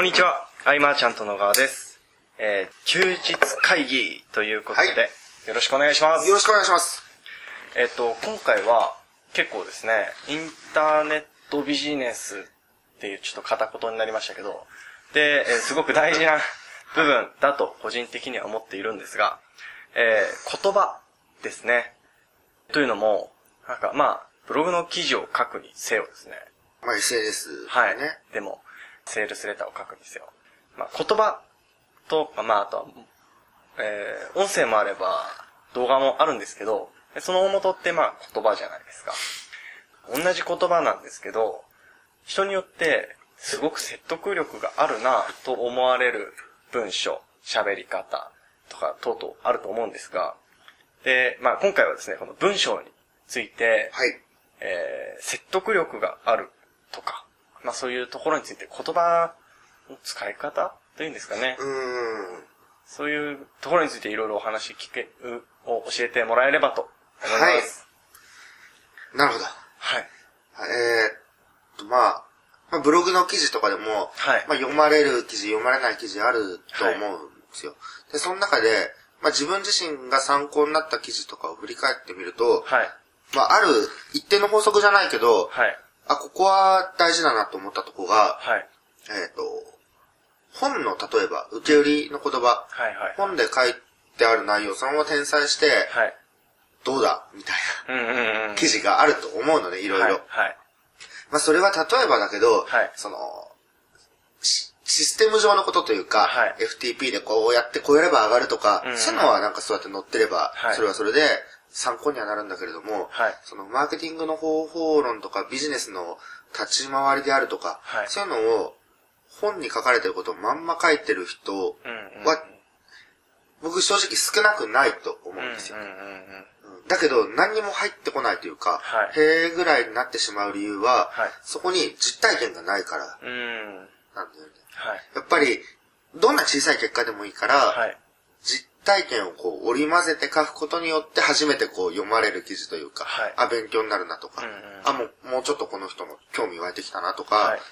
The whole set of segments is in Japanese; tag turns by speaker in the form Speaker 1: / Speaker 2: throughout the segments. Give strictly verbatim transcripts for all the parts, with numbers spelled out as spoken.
Speaker 1: こんにちは、アイマーちゃんと野川です。えー、休日会議ということで、はい、よろしくお願いします。
Speaker 2: よろしくお願いします。
Speaker 1: えっと、今回は結構ですね、インターネットビジネスっていうちょっと片言になりましたけど、で、えー、すごく大事な部分だと個人的には思っているんですが、えー、言葉ですね。というのも、なんかまあ、ブログの記事を書くにせよですね。
Speaker 2: まあ エスエヌエス、ね。
Speaker 1: はい。でも、セールスレターを書くにせよ。まあ、言葉と、まあ、あとは、えー、音声もあれば、動画もあるんですけど、その大元ってまあ言葉じゃないですか。同じ言葉なんですけど、人によってすごく説得力があるなと思われる文章、喋り方とか等々あると思うんですが、で、まあ今回はですね、この文章について、
Speaker 2: はい。
Speaker 1: えー、説得力があるとか、まあそういうところについて言葉の使い方というんですかね。
Speaker 2: うーん。
Speaker 1: そういうところについていろいろお話聞け、を教えてもらえればと思います。
Speaker 2: はい。なるほど。
Speaker 1: はい。
Speaker 2: えーっと、まあ、まあ、ブログの記事とかでも、
Speaker 1: はい。
Speaker 2: まあ読まれる記事、読まれない記事あると思うんですよ。はい、で、その中で、まあ自分自身が参考になった記事とかを振り返ってみると、
Speaker 1: はい。
Speaker 2: まあある一定の法則じゃないけど、
Speaker 1: はい。
Speaker 2: あ、ここは大事だなと思ったとこが、
Speaker 1: はい。
Speaker 2: えっと、本の例えば、受け売りの言葉、
Speaker 1: はいはい。
Speaker 2: 本で書いてある内容、そのまま転載して、はい。どうだみたいな、うんうんうん、記事があると思うので、いろいろ。はい。はい、まあそれは例えばだけど、はい。その、システム上のことというか、はい。エフティーピー でこうやってこうやれば上がるとか、うんうん、そういうのはなんかそうやって載ってれば、はい。それはそれで参考にはなるんだけれども、はい。そのマーケティングの方法論とかビジネスの立ち回りであるとか、はい。そういうのを本に書かれてることをまんま書いてる人は、うんうんうん、僕正直少なくないと思うんですよ。うんうんうんうん、だけど何にも入ってこないというか、はい、へーぐらいになってしまう理由は、はい、そこに実体験がないから、うん、なんだよね、はい。やっぱりどんな小さい結果でもいいから、はい、実体験をこう織り交ぜて書くことによって初めてこう読まれる記事というか、はい、あ、勉強になるなとか、うんうん、あ、もう、もうちょっとこの人も興味湧いてきたなとか、はい、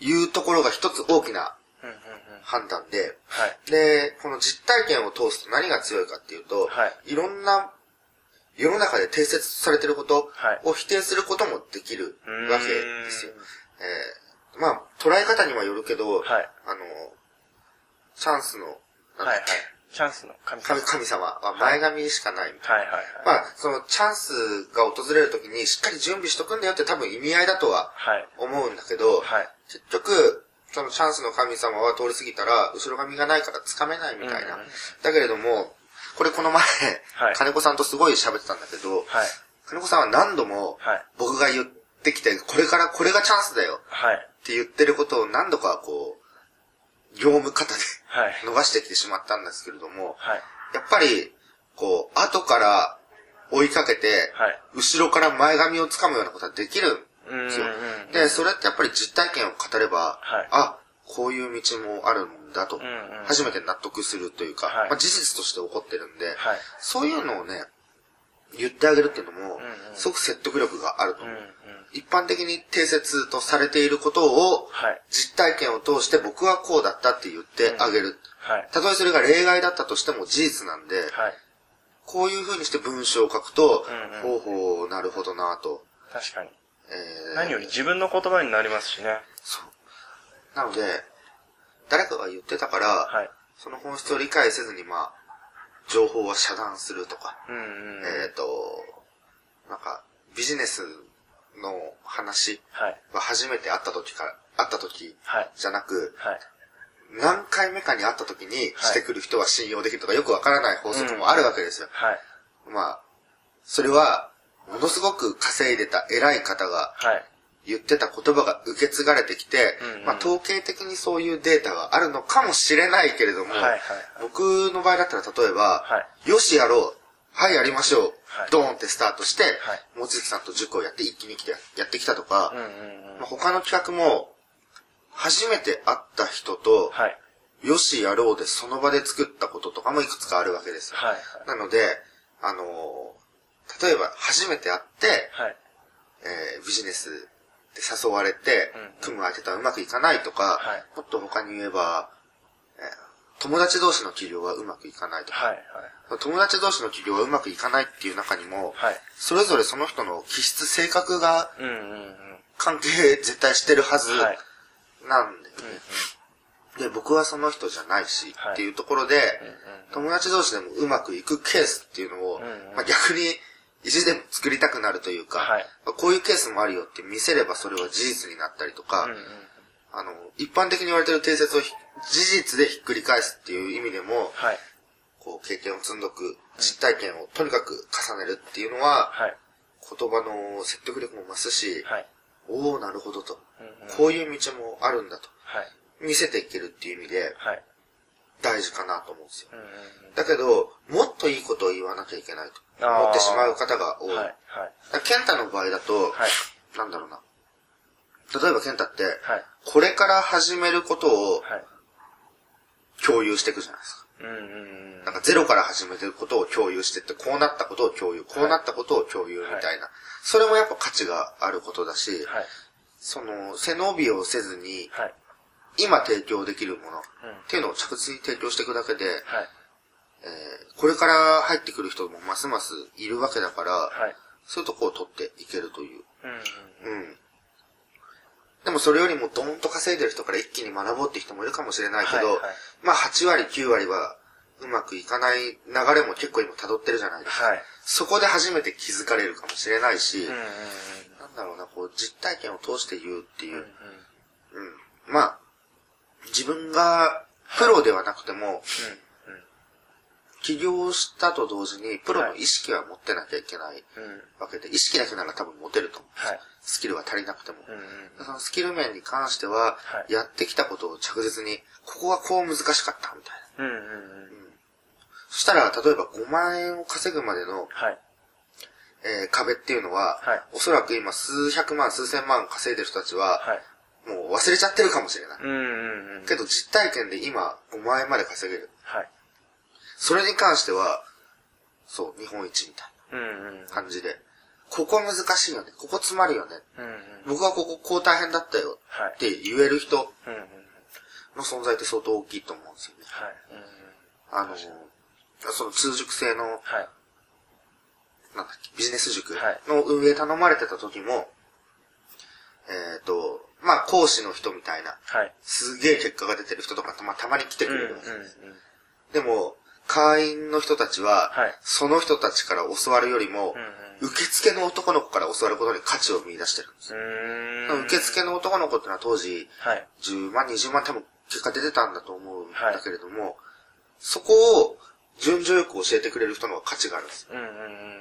Speaker 2: いうところが一つ大きな判断で、はい、で、この実体験を通すと何が強いかっていうと、はい、いろんな世の中で定説されてることを否定することもできるわけですよ。えー、まあ、捉え方にはよるけど、はい、あの、チャンスの、
Speaker 1: はいはい、チャンスの神様。
Speaker 2: 神様は前髪しかないみたいな。はいはいはい、まあ、そのチャンスが訪れるときにしっかり準備しとくんだよって多分意味合いだとは思うんだけど、はい、結局、そのチャンスの神様は通り過ぎたら、後ろ髪がないから掴めないみたいな。うんうん、だけれども、これこの前、はい、金子さんとすごい喋ってたんだけど、はい、金子さんは何度も、僕が言ってきて、これからこれがチャンスだよ、はい、って言ってることを何度かこう、業務方で逃してきてしまったんですけれども、はい、やっぱり、こう、後から追いかけて、はい、後ろから前髪を掴むようなことはできるんですよ。で、それってやっぱり実体験を語れば、はい、あ、こういう道もあるんだと、うんうん、初めて納得するというか、はい、まあ、事実として起こってるんで、はい、そういうのをね、言ってあげるっていうのも、うんうん、すごく説得力があると思う。うんうん、一般的に定説とされていることを、はい、実体験を通して僕はこうだったって言ってあげる。うんはい、たとえそれが例外だったとしても事実なんで、はい、こういう風にして文章を書くと、うんうん、ほうほう、なるほどなと。
Speaker 1: 確かに。えー、何より自分の言葉になりますしね。
Speaker 2: そう。なので、誰かが言ってたから、はい、その本質を理解せずに、まあ、情報は遮断するとか、うんうんうん、えっと、なんか、ビジネスの話は初めて会った時から、会った時じゃなく、はいはい、何回目かに会った時にしてくる人は信用できるとかよくわからない法則もあるわけですよ。はい、まあ、それは、ものすごく稼いでた偉い方が言ってた言葉が受け継がれてきて、はいまあ、統計的にそういうデータがあるのかもしれないけれども、はいはいはい、僕の場合だったら例えば、はい、よしやろう、はいやりましょう、はい、ドーンってスタートして、はい、望月さんと塾をやって一気に来てやってきたとか、うんうんうんまあ、他の企画も初めて会った人と、はい、よしやろうでその場で作ったこととかもいくつかあるわけですよ。はいはい、なので、あのー例えば初めて会って、はいえー、ビジネス誘われて、組む相手とはうまくいかないとか、はい、もっと他に言えば、えー、友達同士の起業はうまくいかないとか、はいはい、友達同士の起業はうまくいかないっていう中にも、はい、それぞれその人の気質、性格が関係絶対してるはずなんだよね。はい、で、僕はその人じゃないし、はい、っていうところで、友達同士でもうまくいくケースっていうのを、まあ、逆に意地でも作りたくなるというか、はい、こういうケースもあるよって見せればそれは事実になったりとか、うんうん、あの、一般的に言われている定説を事実でひっくり返すっていう意味でも、はい、こう経験を積んどく、実体験をとにかく重ねるっていうのは、はい、言葉の説得力も増すし、はい、おおなるほどと、うんうん、こういう道もあるんだと、はい、見せていけるっていう意味で、はい、大事かなと思うんですよ。うんうんうん、だけど、もっといいことを言わなきゃいけないと。思ってしまう方が多い。はいはい、ケンタの場合だと、はい、なんだろうな。例えばケンタって、はい、これから始めることを共有していくじゃないですか。うんうんうん、なんかゼロから始めてることを共有してって、こうなったことを共有、こうなったことを共有みたいな。はい、それもやっぱ価値があることだし、はい、その背伸びをせずに、はい、今提供できるものっていうのを着実に提供していくだけで、はい、えー、これから入ってくる人もますますいるわけだから、はい、そういうとこを取っていけるという。うんうんうん、でもそれよりもドーンと稼いでる人から一気に学ぼうって人もいるかもしれないけど、はいはい、まあはちわりきゅうわりはうまくいかない流れも結構今辿ってるじゃないですか。はい、そこで初めて気づかれるかもしれないし、うんうんうん、なんだろうな、こう実体験を通して言うっていう。うんうんうん、まあ、自分がプロではなくても、はい、うん起業したと同時にプロの意識は持ってなきゃいけないわけで、はい、意識だけなら多分持てると思うんですよ、はい、スキルは足りなくても、うんうん、そのスキル面に関しては、はい、やってきたことを着実にここはこう難しかったみたいな、うんうんうんうん、そしたら例えばごまんえんを稼ぐまでの、はいえー、壁っていうのは、はい、おそらく今数百万数千万稼いでる人たちは、はい、もう忘れちゃってるかもしれない、うんうんうん、けど実体験で今ごまんえんまで稼げる、はいそれに関しては、そう、日本一みたいな感じで、うんうんうん、ここ難しいよね、ここ詰まるよね、うんうん、僕はこここう大変だったよって言える人の存在って相当大きいと思うんですよね。はいうんうん、あの、その通塾制の、はい、なんだっけ、ビジネス塾の運営頼まれてた時も、はい、えっと、まあ講師の人みたいな、はい、すげえ結果が出てる人とかたま、たまに来てくれるわけです。うんうんうん、でも、会員の人たちは、はい、その人たちから教わるよりも、うんうん、受付の男の子から教わることに価値を見出してるんですよ。うーん受付の男の子ってのは当時、はい、じゅうまん、にじゅうまん多分結果出てたんだと思うんだけれども、はい、そこを順序よく教えてくれる人の方が価値があるんですよ。うんうんうん、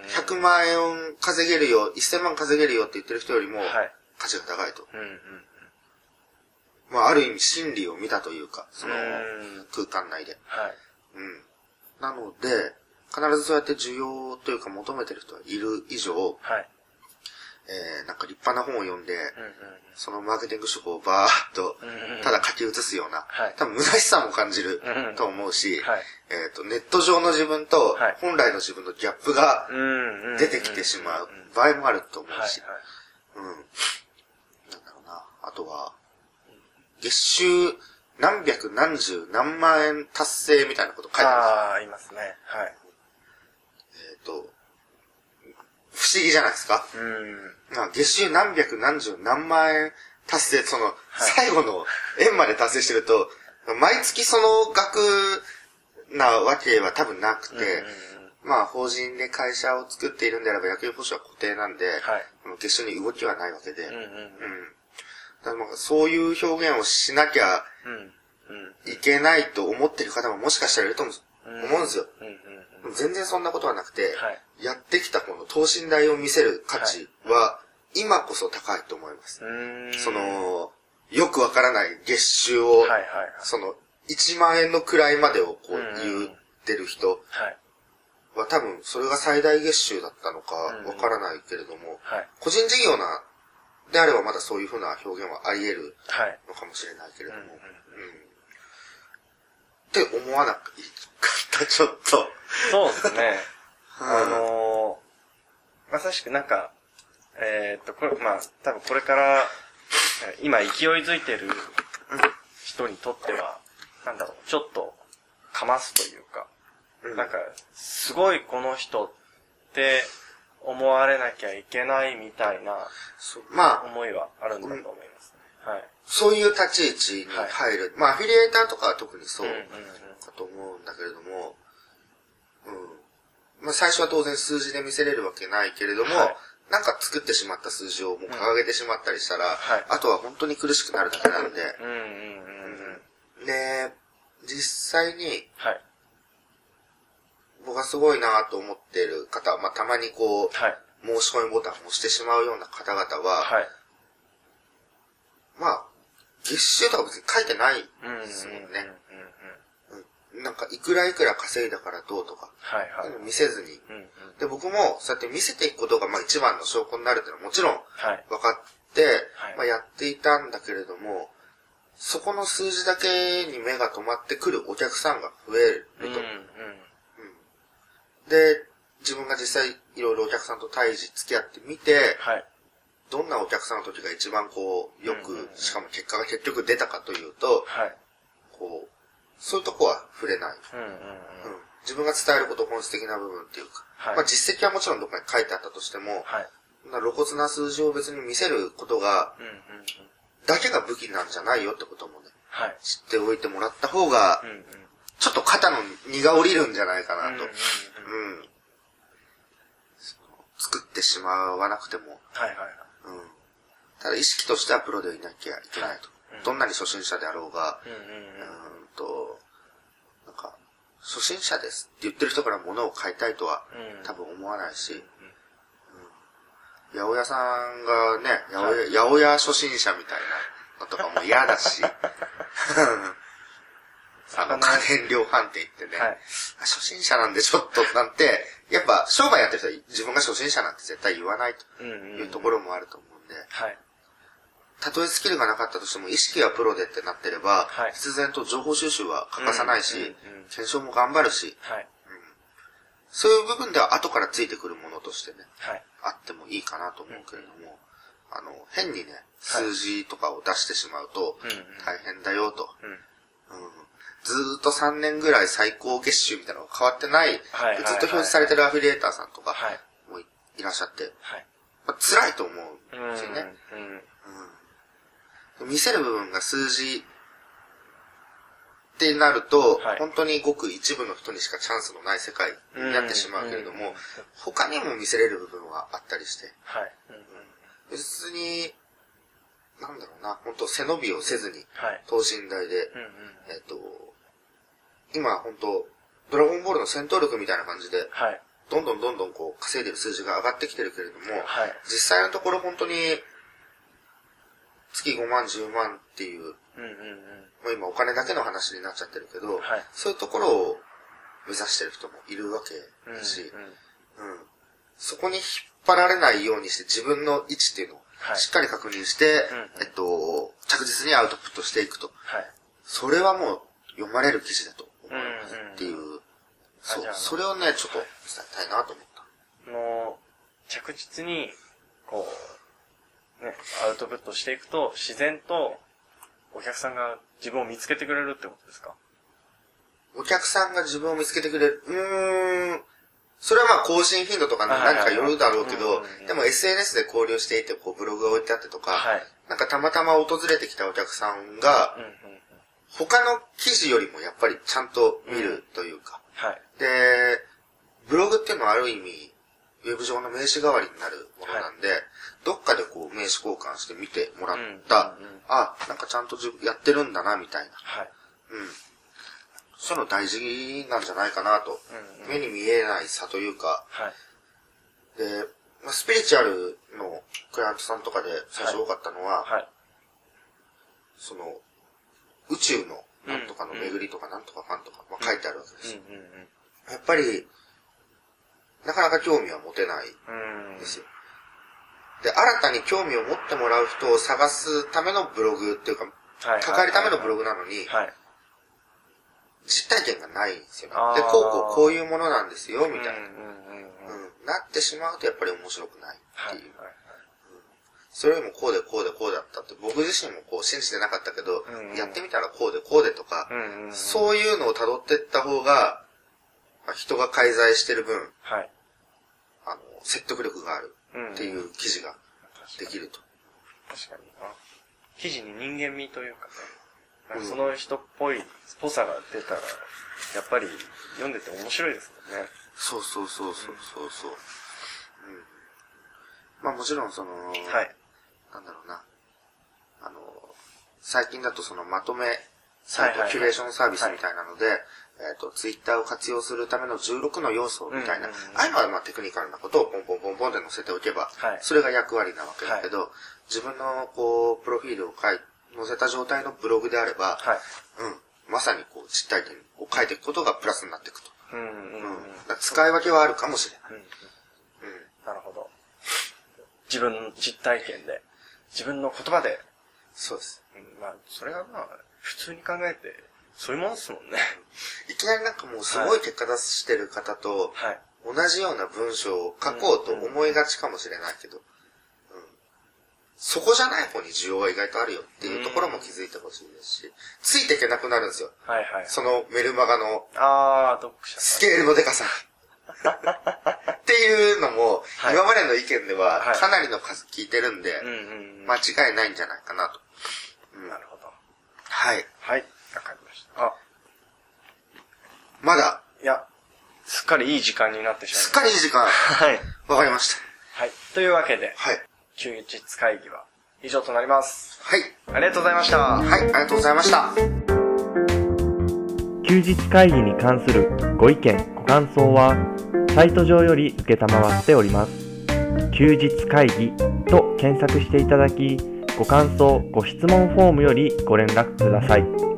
Speaker 2: ひゃくまんえん稼げるよ、せんまん稼げるよって言ってる人よりも、価値が高いと。うんうんうんまあ、ある意味真理を見たというか、その空間内で。はいうんなので、必ずそうやって需要というか求めてる人がいる以上、はい、えー、なんか立派な本を読んで、うんうん、そのマーケティング手法をバーッと、ただ書き写すような、はい、多分虚しさも感じると思うし、はい、えーと、ネット上の自分と本来の自分のギャップが出てきてしまう場合もあると思うし、うん。なんだろうな、あとは、月収、何百何十何万円達成みたいなこと書いてあるんですよ。
Speaker 1: ああ、いますね。はい。
Speaker 2: えっ、ー、と、不思議じゃないですか。うん。まあ、月収何百何十何万円達成、その、はい、最後の円まで達成してると、毎月その額なわけは多分なくて、うんうんうん、まあ、法人で会社を作っているんであれば、野球報酬は固定なんで、はい、月収に動きはないわけで、うんうんうんうんそういう表現をしなきゃいけないと思ってる方ももしかしたらいると思うんですよ。全然そんなことはなくて、はい、やってきたこの等身大を見せる価値は今こそ高いと思います。その、よくわからない月収を、はいはいはい、そのいちまんえんの位までをこう言ってる人は多分それが最大月収だったのかわからないけれども、はい、個人事業なであればまだそういうふうな表現はあり得るのかもしれないけれども、はいうんうんうん、って思わなかったちょっと
Speaker 1: そうですねあのー、まさしくなんかえー、っとこれまあ多分これから今勢いづいてる人にとっては、なんだろう、ちょっとかますというか、うん、なんか、すごいこの人って思われなきゃいけないみたいな、まあ、思いはあるんだと思いますね。うん、はい。
Speaker 2: そういう立ち位置に入る。はい、まあ、アフィリエーターとかは特にそうだと思うんだけれども、うん。まあ、最初は当然数字で見せれるわけないけれども、はい、なんか作ってしまった数字をもう掲げてしまったりしたら、うんはい、あとは本当に苦しくなるだけなんで、うんうんうん、で、実際に、はい、僕がすごいなと思っている方、まあ、たまにこう、はい、申し込みボタンを押してしまうような方々は、はい、まあ、月収とか別に書いてないですもんね。なんか、いくらいくら稼いだからどうとか、はいはい、見せずに、うんうん。で、僕も、そうやって見せていくことが、まあ一番の証拠になるっていうのはもちろん、分かって、はい、まあやっていたんだけれども、そこの数字だけに目が止まってくるお客さんが増えると。うんうんうん、で、自分が実際いろいろお客さんと対峙付き合ってみて、はい、どんなお客さんの時が一番こう、よく、うんうんうん、しかも結果が結局出たかというと、はい、こう、そういうとこは触れない、うんうんうんうん。自分が伝えること本質的な部分っていうか、はい、まあ実績はもちろんどこかに書いてあったとしても、はい、露骨な数字を別に見せることが、うんうんうん、だけが武器なんじゃないよってこともね、はい、知っておいてもらった方が、うんうん、ちょっと肩の荷が下りるんじゃないかなと。うんうんうんうん、作ってしまわなくても、はいはいはいうん、ただ意識としてはプロでいなきゃいけないと。はい、どんなに初心者であろうが、うんうんうんと、なんか、初心者ですって言ってる人から物を買いたいとは、うん、多分思わないし、うん、八百屋さんがね、八百屋、はい、八百屋初心者みたいなのとかも嫌だし、あの、家電量販店行ってね、はい、初心者なんでちょっとなんて、やっぱ商売やってる人は自分が初心者なんて絶対言わないというところもあると思うんで、はい、たとえスキルがなかったとしても意識はプロでってなってれば、はい、必然と情報収集は欠かさないし、うんうんうん、検証も頑張るし、はいうん、そういう部分では後からついてくるものとしてね、はい、あってもいいかなと思うけれども、うん、あの、変にね、数字とかを出してしまうと大変だよと。うんうんうん、ずーっとさんねんぐらい最高月収みたいなのが変わってない、はい、ずっと表示されてるアフィリエーターさんとかも い, いらっしゃって、はいまあ、辛いと思うんですよね。うんうんうん、見せる部分が数字ってなると、はい、本当にごく一部の人にしかチャンスのない世界になってしまうけれども、うんうん、他にも見せれる部分はあったりして、はいうんうん、別に、なんだろうな、本当背伸びをせずに、はい、等身大で、うんうん、えっと、今本当ドラゴンボールの戦闘力みたいな感じで、はい、どんどんどんどんこう稼いでる数字が上がってきてるけれども、はい、実際のところ本当に月ごまんじゅうまんっていう、うんうんうん、もう今お金だけの話になっちゃってるけど、はい、そういうところを目指してる人もいるわけだし、うんうんうん、そこに引っ張られないようにして自分の位置っていうのをしっかり確認して、はいえっと、着実にアウトプットしていくと、はい、それはもう読まれる記事だと思いますっていう、うんうん、そう、それをね、ちょっと伝えたいなと思った。
Speaker 1: もう、着実に、こう、ね、アウトプットしていくと、自然と、お客さんが自分を見つけてくれるってことですか？
Speaker 2: お客さんが自分を見つけてくれる。うーん。それはまあ更新頻度とか何かよるだろうけど、でも エスエヌエス で交流していて、こうブログが置いてあってとか、はい、なんかたまたま訪れてきたお客さんが、うんうんうん、他の記事よりもやっぱりちゃんと見るというか、うんはい、で、ブログっていうのはある意味、ウェブ上の名刺代わりになるものなんで、はい、どっかでこう名刺交換して見てもらった、うんうんうん、あ、なんかちゃんとやってるんだなみたいな、はいうん、そういうの大事なんじゃないかなと、うんうん、目に見えない差というか、はい、で、まあ、スピリチュアルのクライアントさんとかで最初多かったのは、はいはい、その宇宙のなんとかの巡りとかなんとかファンとか、まあ、書いてあるわけですよ、うんうんうん、やっぱりなかなか興味は持てないんですよ。で、新たに興味を持ってもらう人を探すためのブログっていうか、関わるためのブログなのに、はい、実体験がないんですよね。で、こうこうこういうものなんですよ、みたいな。うんうんうんうん、なってしまうとやっぱり面白くないっていう。はいはいはいうん、 それよりもこうでこうでこうだったって、僕自身もこう信じてなかったけど、うんうん、やってみたらこうでこうでとか、うんうんうん、そういうのを辿っていった方が、まあ、人が介在してる分、はい、あの、説得力があるっていう記事ができると。
Speaker 1: 確かにな。記事に人間味というかね、なんかその人っぽい、っぽさが出たら、やっぱり読んでて面白いですもんね。
Speaker 2: そうそうそうそうそうそう。うん、まあもちろんその、はい、なんだろうな。あの、最近だとそのまとめサイト、キュレーションサービスみたいなので、はい、えっと、ツイッターを活用するためのじゅうろくの要素みたいな、うんうんうん、ああいうのはまあテクニカルなことをポンポンポンポンで載せておけば、はい、それが役割なわけだけど、はい、自分のこう、プロフィールを書い載せた状態のブログであれば、はい、うん、まさにこう、実体験を書いていくことがプラスになっていくと。うんうんうん、使い分けはあるかもしれない。うんうん、
Speaker 1: なるほど。自分の実体験で、自分の言葉で。
Speaker 2: そうです。
Speaker 1: うん、まあ、それがまあ、普通に考えて、そういうものですもんね。
Speaker 2: いきなりなんかもうすごい結果出してる方と、はい、同じような文章を書こうと思いがちかもしれないけど、うんうん、そこじゃない方に需要が意外とあるよっていうところも気づいてほしいですし、ついていけなくなるんですよ。はいはい、そのメルマガの
Speaker 1: あ読者
Speaker 2: スケールのでかさ。っていうのも、はい、今までの意見ではかなりの数聞いてるんで、はい、間違いないんじゃないかなと。
Speaker 1: うん、なるほど。
Speaker 2: はい。
Speaker 1: はい。わかりました。あ。
Speaker 2: まだ。
Speaker 1: いや、すっかりいい時間になってしまいました。
Speaker 2: すっかりいい時間。はい。わかりました。
Speaker 1: はい。というわけで、はい。休日会議は以上となります。
Speaker 2: はい。
Speaker 1: ありがとうございました。
Speaker 2: はい、ありがとうございました。
Speaker 3: 休日会議に関するご意見、ご感想は、サイト上より受けたまわっております。休日会議と検索していただき、ご感想、ご質問フォームよりご連絡ください。